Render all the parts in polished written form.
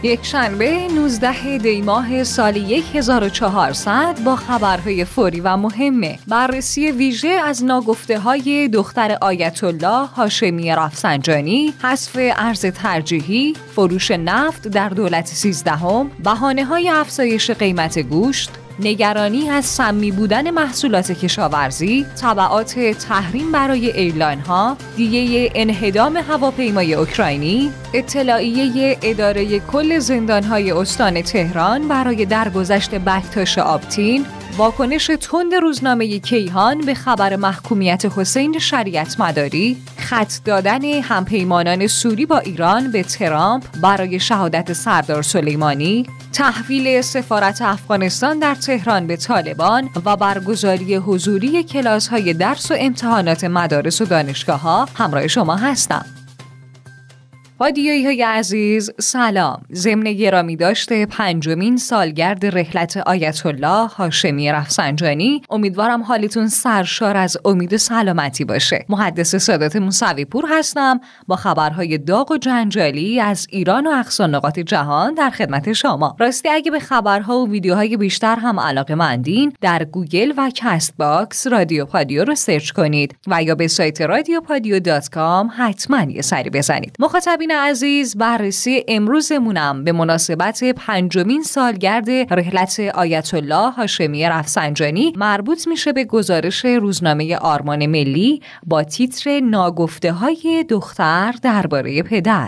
یک شنبه 19 دی ماه سال 1400 با خبرهای فوری و مهمه. بررسی ویژه از ناگفته‌های دختر آیت الله هاشمی رفسنجانی، حذف ارز ترجیحی، فروش نفت در دولت 13ام، بهانه‌های افزایش قیمت گوشت، نگرانی از سمی بودن محصولات کشاورزی، تبعات تحریم برای ایرلاین‌ها، دیه انهدام هواپیمای اوکراینی، اطلاعیه اداره کل زندان‌های استان تهران برای درگذشت بکتاش آبتین، واکنش تند روزنامه کیهان به خبر محکومیت حسین شریعت مداری، خط دادن همپیمانان سوری با ایران به ترامپ برای شهادت سردار سلیمانی، تحویل سفارت افغانستان در تهران به طالبان و برگزاری حضوری کلاس‌های درس و امتحانات مدارس و دانشگاه‌ها. همراه شما هستم. پادیایی عزیز سلام. ضمن گرامی داشته 5مین سالگرد رحلت آیت الله هاشمی رفسنجانی، امیدوارم حالتون سرشار از امید و سلامتی باشه. محدث سادات موسوی پور هستم با خبرهای داغ و جنجالی از ایران و اقصا نقاط جهان در خدمت شما. راستی اگه به خبرها و ویدیوهای بیشتر هم علاقه‌مندین، در گوگل و کست باکس رادیو پادیو رو سرچ کنید و یا به سایت radiopadiyo.com حتما یه سری بزنید. مخاطبین عزیز، بررسی امروزمونم به مناسبت 5مین سالگرد رحلت آیت الله هاشمی رفسنجانی مربوط میشه به گزارش روزنامه آرمان ملی با تیتر ناگفته‌های دختر درباره پدر.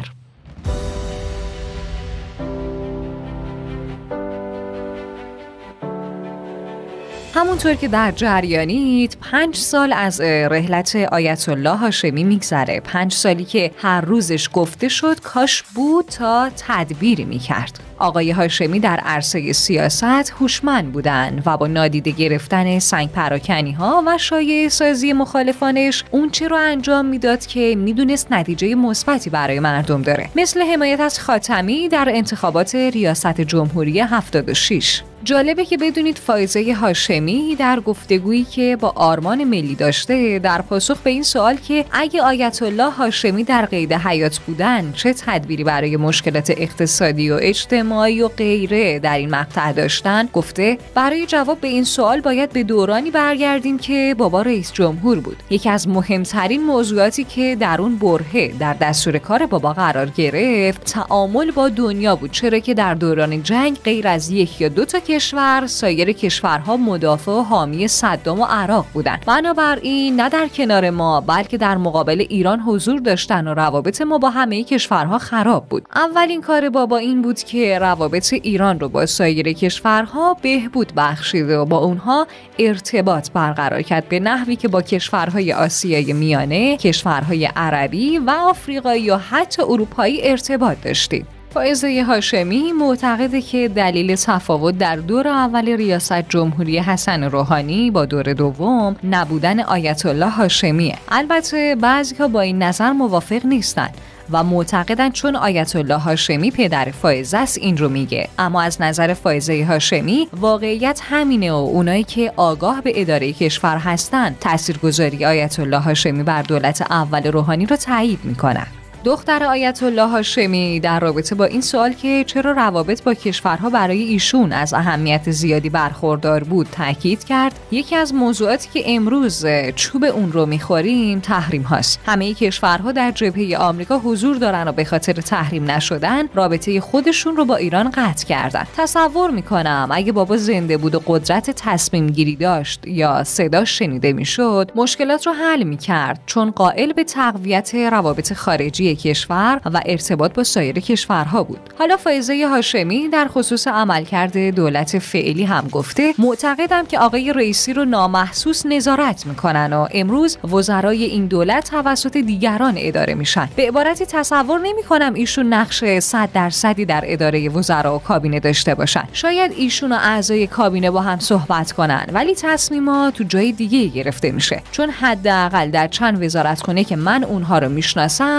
همونطور که در جریانید 5 سال از رحلت آیت الله هاشمی میگذره. 5 سالی که هر روزش گفته شد کاش بود تا تدبیری میکرد. آقای هاشمی در عرصه سیاست هوشمند بودن و با نادیده گرفتن سنگ پراکنی‌ها و شایعه سازی مخالفانش اون چه رو انجام میداد که میدونست نتیجه مثبتی برای مردم داره، مثل حمایت از خاتمی در انتخابات ریاست جمهوری 76. جالبه که بدونید فائزه هاشمی در گفتگویی که با آرمان ملی داشته در پاسخ به این سوال که اگه آیت الله هاشمی در قید حیات بودن چه تدبیری برای مشکلات اقتصادی و اجتماعی و غیره در این مقطع داشتن، گفته برای جواب به این سوال باید به دورانی برگردیم که بابا رئیس جمهور بود. یکی از مهمترین موضوعاتی که در اون برهه در دستور کار بابا قرار گرفت تعامل با دنیا بود، چرا که در دوران جنگ غیر از 1 یا 2 تا کشور، سایر کشورها مدافع و حامی صدام و عراق بودند. بنابراین نه در کنار ما بلکه در مقابل ایران حضور داشتن و روابط ما با همه کشورها خراب بود. اولین کار بابا این بود که روابط ایران رو با سایر کشورها بهبود بخشید و با اونها ارتباط برقرار کرد به نحوی که با کشورهای آسیای میانه، کشورهای عربی و آفریقایی و حتی اروپایی ارتباط داشتید. فائزه هاشمی معتقده که دلیل تفاوت در دور اول ریاست جمهوری حسن روحانی با دور دوم نبودن آیت الله هاشمیه. البته بعضی‌ها با این نظر موافق نیستن و معتقدن چون آیت الله هاشمی پدر فائزه است این رو میگه، اما از نظر فائزه هاشمی واقعیت همینه و اونایی که آگاه به اداره کشور هستن تاثیرگذاری آیت الله هاشمی بر دولت اول روحانی رو تایید میکنن. دختر آیت الله هاشمی در رابطه با این سوال که چرا روابط با کشورها برای ایشون از اهمیت زیادی برخوردار بود تاکید کرد. یکی از موضوعاتی که امروز چوب اون رو میخوریم تحریم هاست. همه کشورها در جبهه آمریکا حضور دارن و به خاطر تحریم نشدن رابطه خودشون رو با ایران قطع کردن. تصور میکنم اگه بابا زنده بود و قدرت تصمیم گیری داشت یا صداش شنیده میشد مشکلات رو حل میکرد، چون قائل به تقویت روابط خارجی کشور و ارتباط با سایر کشورها بود. حالا فائزه هاشمی در خصوص عملکرد دولت فعلی هم گفته معتقدم که آقای رئیسی رو نامحسوس نظارت میکنن و امروز وزرای این دولت توسط دیگران اداره میشن. به عبارتی تصور نمیکنم ایشون نقش 100% در اداره وزرا و کابینه داشته باشن. شاید ایشون و اعضای کابینه با هم صحبت کنن ولی تصمیمات تو جای دیگه گرفته میشه، چون حداقل در چند وزارتخونه که من اونها رو میشناسم این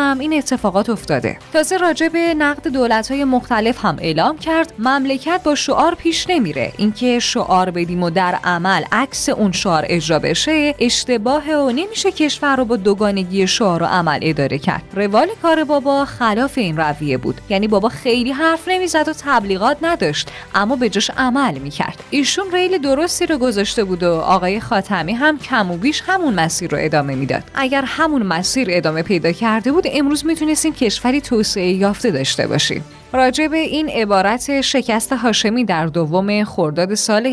اتفاقات افتاده. تازه راجع به نقد دولت‌های مختلف هم اعلام کرد مملکت با شعار پیش نمیره. اینکه شعار بدیم و در عمل عکس اون شعار اجرا بشه اشتباهه و نمیشه کشور رو با دوگانگی شعار و عمل اداره کرد. روال کار بابا خلاف این رویه بود. یعنی بابا خیلی حرف نمیزد و تبلیغات نداشت، اما به جاش عمل میکرد. ایشون ریل درستی رو گذاشته بود و آقای خاتمی هم کم و بیش همون مسیر رو ادامه میداد. اگر همون مسیر ادامه پیدا کرده بود امروز میتونستیم کشوری توسعه یافته داشته باشیم. راجع به این عبارت شکست هاشمی در 2 خرداد سال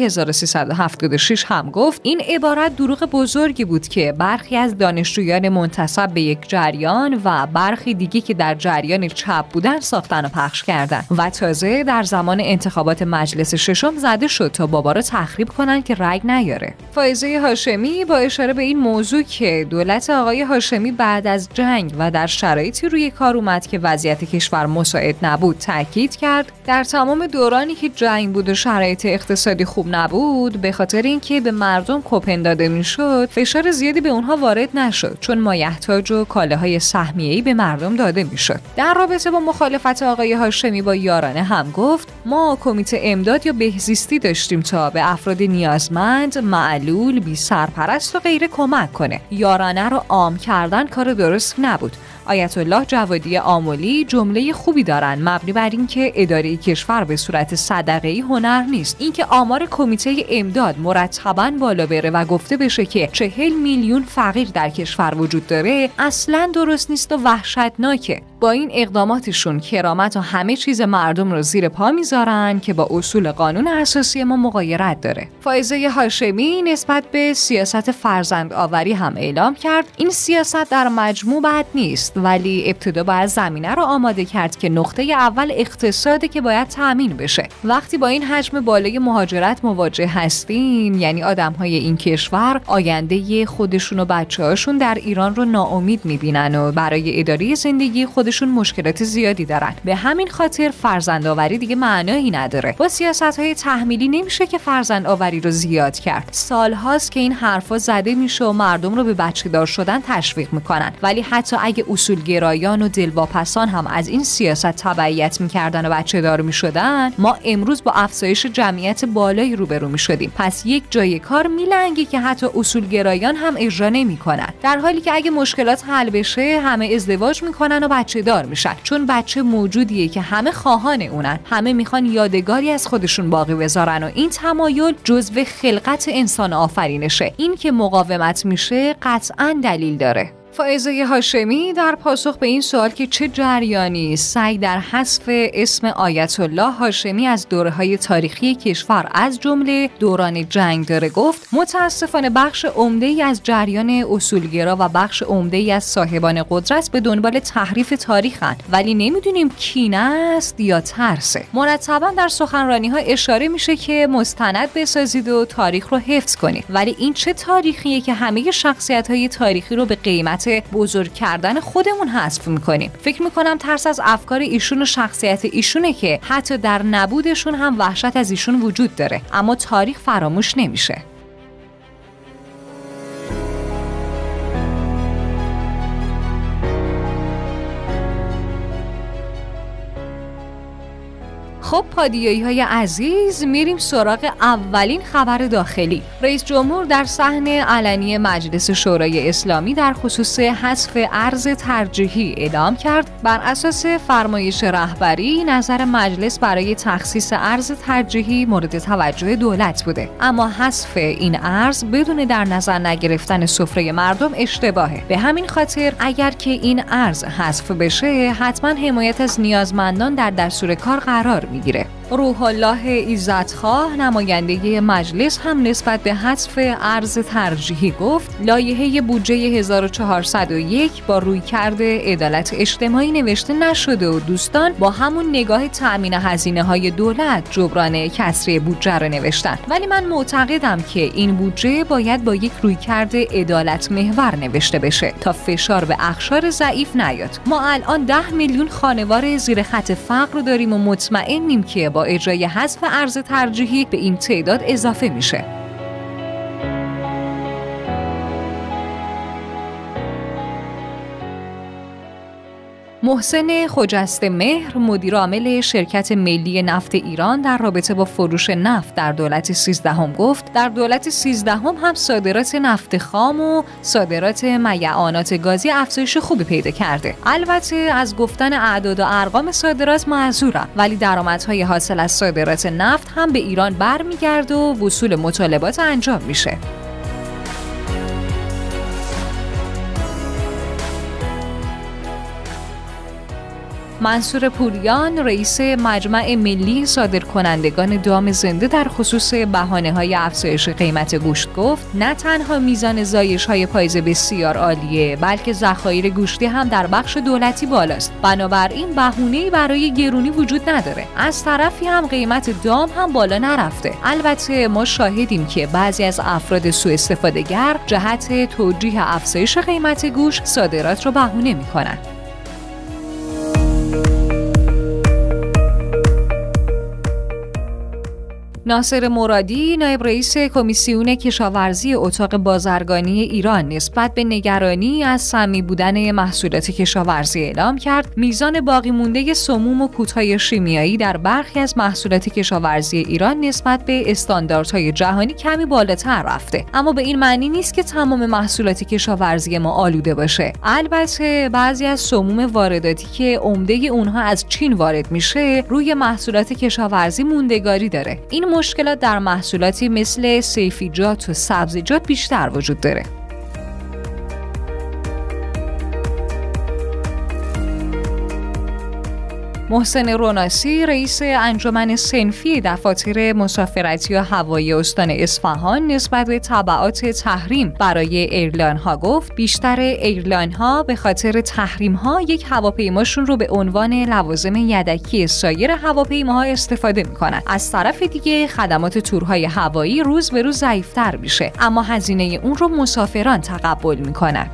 1376 هم گفت این عبارت دروغ بزرگی بود که برخی از دانشجویان منتسب به یک جریان و برخی دیگه که در جریان چپ بودن ساختن و پخش کردن و تازه در زمان انتخابات مجلس ششم زده شد تا بابا رو تخریب کنن که رأی نیاره. فائزه هاشمی با اشاره به این موضوع که دولت آقای هاشمی بعد از جنگ و در شرایطی روی کار اومد که وضعیت کشور مساعد نبود تاکید کرد در تمام دورانی که جنگ بود و شرایط اقتصادی خوب نبود به خاطر اینکه به مردم کوپن داده میشد فشار زیادی به اونها وارد نشد چون مایحتاج و کالاهای سهمیه‌ای به مردم داده میشد. در رابطه با مخالفت آقای هاشمی با یارانه هم گفت ما کمیته امداد یا بهزیستی داشتیم تا به افراد نیازمند، معلول، بی سرپرست و غیره کمک کنه. یارانه رو عام کردن کار درست نبود. آیت الله جوادی آملی جمله خوبی دارن مبنی بر اینکه اداره کشور به صورت صدقه‌ای هنر نیست. اینکه آمار کمیته امداد مرتباً بالا بره و گفته بشه که 40 میلیون فقیر در کشور وجود داره اصلاً درست نیست و وحشتناکه. با این اقداماتشون کرامت و همه چیز مردم رو زیر پا میذارن که با اصول قانون اساسی ما مغایرت داره. فائزه هاشمی نسبت به سیاست فرزندآوری هم اعلام کرد این سیاست در مجموع بد نیست ولی ابتدا باید زمینه رو آماده کرد که نقطه اول اقتصاده که باید تامین بشه. وقتی با این حجم بالای مهاجرت مواجه هستین یعنی آدم‌های این کشور آینده خودشون و بچه‌هاشون در ایران رو ناامید می‌بینن و برای اداره زندگی خودشون مشکلات زیادی دارن. به همین خاطر فرزندآوری دیگه معنایی نداره. با سیاست‌های تحمیلی نمیشه که فرزندآوری رو زیاد کرد. سال‌هاست که این حرفا زده میشه و مردم رو به بچه‌دار شدن تشویق میکنن. ولی حتی اگه اصولگرایان و دلواپسان هم از این سیاست تبعیت میکردن و بچه‌دار میشدن ما امروز با افزایش جمعیت بالایی روبرو میشدیم. پس یک جای کار میلنگه که حتی اصولگرایان هم اجرا نمیکنن. در حالی که اگه مشکلات حل بشه همه ازدواج میکنن و بچه‌دار میشن چون بچه موجودیه که همه خواهان اونن. همه میخوان یادگاری از خودشون باقی بذارن و این تمایل جزو خلقت انسان آفرینشه. این که مقاومت میشه قطعاً دلیل داره. فائزه هاشمی در پاسخ به این سوال که چه جریانی سعی در حذف اسم آیت الله هاشمی از دوره‌های تاریخی کشور از جمله دوران جنگ داره گفت متاسفانه بخش عمده‌ای از جریان اصولگرا و بخش عمده‌ای از صاحبان قدرت به دنبال تحریف تاریخن ولی نمیدونیم کینه است یا ترسه. مرتباً در سخنرانی‌ها اشاره میشه که مستند بسازید و تاریخ رو حفظ کنید ولی این چه تاریخیه که همه شخصیت‌های تاریخی رو به قیمت بزرگ کردن خودمون حذف میکنیم. فکر میکنم ترس از افکار ایشون و شخصیت ایشونه که حتی در نبودشون هم وحشت از ایشون وجود داره اما تاریخ فراموش نمیشه. خب پادیایی‌های عزیز میریم سراغ اولین خبر داخلی. رئیس جمهور در صحن علنی مجلس شورای اسلامی در خصوص حذف ارز ترجیحی اعلام کرد بر اساس فرمایش رهبری نظر مجلس برای تخصیص ارز ترجیحی مورد توجه دولت بوده اما حذف این ارز بدون در نظر نگرفتن سفره مردم اشتباهه. به همین خاطر اگر که این ارز حذف بشه حتما حمایت از نیازمندان در دستور کار قرار میگیره. روح الله عزتخواه نماینده مجلس هم نسبت به حذف ارز ترجیحی گفت لایحه بودجه 1401 با رویکرد عدالت اجتماعی نوشته نشده و دوستان با همون نگاه تأمین هزینه‌های دولت جبران کسری بودجه رو نوشتن ولی من معتقدم که این بودجه باید با یک رویکرد عدالت محور نوشته بشه تا فشار به اقشار ضعیف نیاد. ما الان 10 میلیون خانوار زیر خط فقر رو داریم و مطمئنیم که با اجرای حذف ارز ترجیحی به این تعداد اضافه میشه. محسن خجسته مهر مدیر عامل شرکت ملی نفت ایران در رابطه با فروش نفت در دولت 13 گفت در دولت 13 هم صادرات نفت خام و صادرات میعانات گازی افزایش خوبی پیدا کرده. البته از گفتن اعداد و ارقام صادرات معذورم، ولی درآمدهای حاصل از صادرات نفت هم به ایران برمیگرده و وصول مطالبات انجام میشه. منصور پوریان رئیس مجمع ملی صادرکنندگان دام زنده در خصوص بهانه‌های افزایش قیمت گوشت گفت نه تنها میزان زایش‌های پاییزه بسیار عالیه، بلکه ذخایر گوشتی هم در بخش دولتی بالاست. بنابراین بهونه‌ای برای گرونی وجود نداره. از طرفی هم قیمت دام هم بالا نرفته. البته ما شاهدیم که بعضی از افراد سوء استفاده‌گر جهت توجیه افزایش قیمت گوشت صادرات رو بهونه می‌کنن. ناصر مرادی نایب رئیس کمیسیون کشاورزی اتاق بازرگانی ایران نسبت به نگرانی از سمی بودن محصولات کشاورزی اعلام کرد میزان باقی مونده سموم و کودهای شیمیایی در برخی از محصولات کشاورزی ایران نسبت به استانداردهای جهانی کمی بالاتر رفته، اما به این معنی نیست که تمام محصولات کشاورزی ما آلوده باشه. البته بعضی از سموم وارداتی که عمده اونها از چین وارد میشه روی محصولات کشاورزی موندگاری داره. این مشکلات در محصولاتی مثل سیفیجات و سبزیجات بیشتر وجود داره. محسن روناسی رئیس انجمن صنفی دفاتر مسافرتی و هوایی استان اصفهان نسبت به تبعات تحریم برای ایرلاین‌ها گفت بیشتر ایرلاین‌ها به خاطر تحریم‌ها یک هواپیماشون رو به عنوان لوازم یدکی سایر هواپیماها استفاده می‌کنن. از طرف دیگه خدمات تورهای هوایی روز به روز ضعیف‌تر میشه، اما هزینه اون رو مسافران تقبل می‌کنن.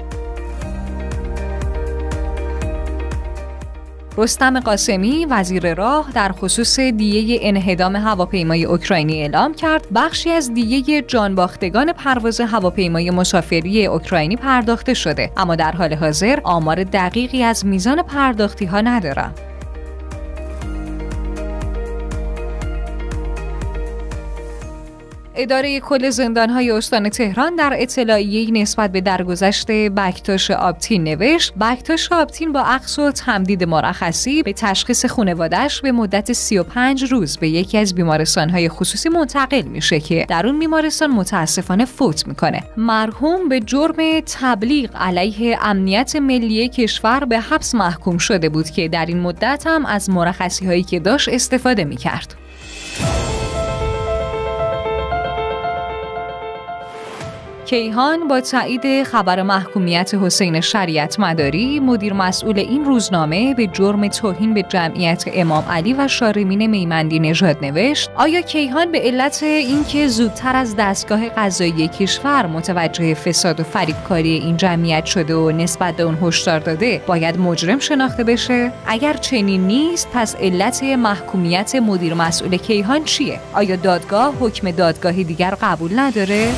رستم قاسمی وزیر راه در خصوص دیه انهدام هواپیمای اوکراینی اعلام کرد بخشی از دیه جانباختگان پرواز هواپیمای مسافری اوکراینی پرداخته شده، اما در حال حاضر آمار دقیقی از میزان پرداختی ها ندارم. اداره کل زندان‌های استان تهران در اطلاعیه‌ای نسبت به درگذشت بکتاش آپتین نوشت بکتاش آپتین با اخذ و تمدید مرخصی به تشخیص خانواده‌اش به مدت 35 روز به یکی از بیمارستان‌های خصوصی منتقل میشه که در اون بیمارستان متاسفانه فوت میکنه. مرحوم به جرم تبلیغ علیه امنیت ملی کشور به حبس محکوم شده بود که در این مدت هم از مرخصی‌هایی که داشت استفاده میکرد. کیهان با تایید خبر محکومیت حسین شریعت مداری مدیر مسئول این روزنامه به جرم توهین به جمعیت امام علی و شارمین میمندی نژاد نوشت آیا کیهان به علت اینکه زودتر از دستگاه قضایی کشور متوجه فساد و فریبکاری این جمعیت شده و نسبت به اون هشدار داده باید مجرم شناخته بشه؟ اگر چنین نیست پس علت محکومیت مدیر مسئول کیهان چیه؟ آیا دادگاه حکم دادگاهی دیگر قبول نداره؟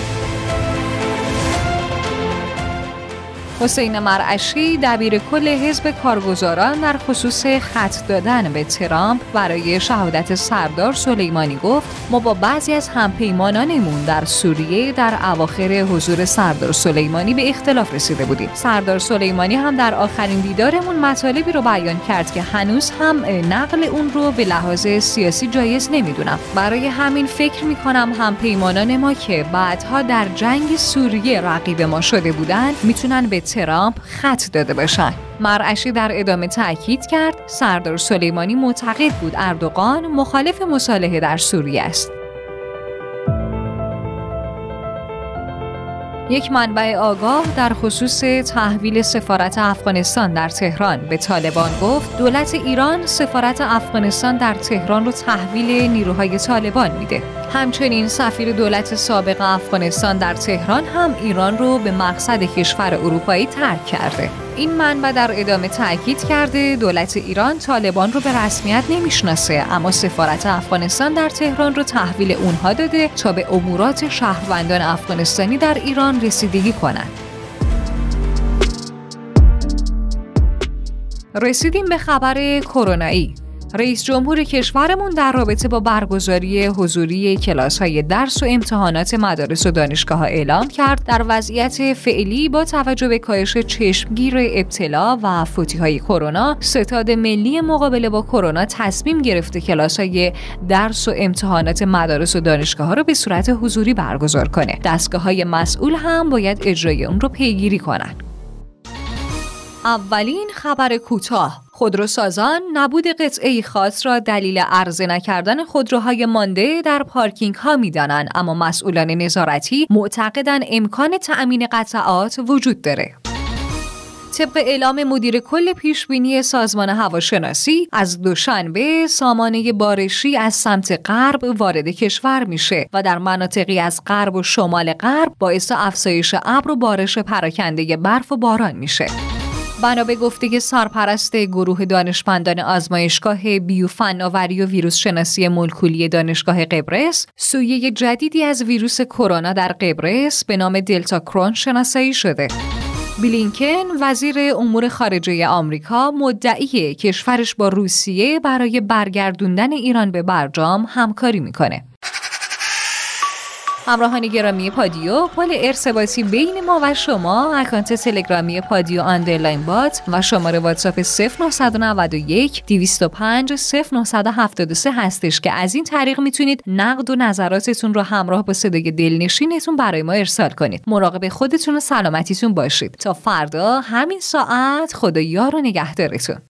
حسین مرعشی دبیر کل حزب کارگزاران در خصوص خط دادن به ترامپ برای شهادت سردار سلیمانی گفت ما با بعضی از همپیمانانمون در سوریه در اواخر حضور سردار سلیمانی به اختلاف رسیده بودیم. سردار سلیمانی هم در آخرین دیدارمون مطالبی رو بیان کرد که هنوز هم نقل اون رو به لحاظ سیاسی جایز نمیدونم. برای همین فکر میکنم همپیمانان ما که بعدها در جنگ سوریه رقیب ما شده بودن میتونن به ترامپ خط داده باشن. مرعشی در ادامه تأکید کرد سردار سلیمانی معتقد بود اردوغان مخالف مصالحه در سوریه است. یک منبع آگاه در خصوص تحویل سفارت افغانستان در تهران به طالبان گفت دولت ایران سفارت افغانستان در تهران رو تحویل نیروهای طالبان میده. همچنین سفیر دولت سابق افغانستان در تهران هم ایران رو به مقصد کشور اروپایی ترک کرده. این منبع در ادامه تأکید کرده دولت ایران طالبان رو به رسمیت نمیشناسه، اما سفارت افغانستان در تهران رو تحویل اونها داده تا به امورات شهروندان افغانستانی در ایران رسیدگی کنند. رسیدیم به خبر کرونایی. رئیس جمهور کشورمون در رابطه با برگزاری حضوری کلاس‌های درس و امتحانات مدارس و دانشگاه‌ها اعلام کرد در وضعیت فعلی با توجه به کاهش چشمگیر ابتلا و فوتی‌های کرونا، ستاد ملی مقابله با کرونا تصمیم گرفته کلاس‌های درس و امتحانات مدارس و دانشگاه‌ها رو به صورت حضوری برگزار کنه. دستگاه‌های مسئول هم باید اجرای اون رو پیگیری کنن. اولین خبر کوتاه: خودروسازان نبود قطعه‌ای خاص را دلیل عرضه نکردن خودروهای مانده در پارکینگ ها می‌دانند، اما مسئولان نظارتی معتقدند امکان تأمین قطعات وجود داره. طبق اعلام مدیر کل پیشبینی سازمان هواشناسی، از دوشنبه سامانه بارشی از سمت غرب وارد کشور میشه و در مناطقی از غرب و شمال غرب باعث افزایش ابر و بارش پراکنده برف و باران میشه. بنا به گفته سرپرست گروه دانشمندان آزمایشگاه بیوفناوری و ویروس شناسی مولکولی دانشگاه قبرس، سویه جدیدی از ویروس کرونا در قبرس به نام دلتا کرون شناسایی شده. بلینکن وزیر امور خارجه آمریکا مدعی کشورش با روسیه برای برگردوندن ایران به برجام همکاری میکنه. همراهان گرامی پادیو، پل ارتباطی بین ما و شما اکانت تلگرامی پادیو _ بات و شماره واتساپ 0991 205 0973 هستش که از این طریق میتونید نقد و نظراتتون رو همراه با صدای دلنشینتون برای ما ارسال کنید. مراقب خودتون و سلامتیتون باشید. تا فردا همین ساعت، خدا یار و نگهدارتون.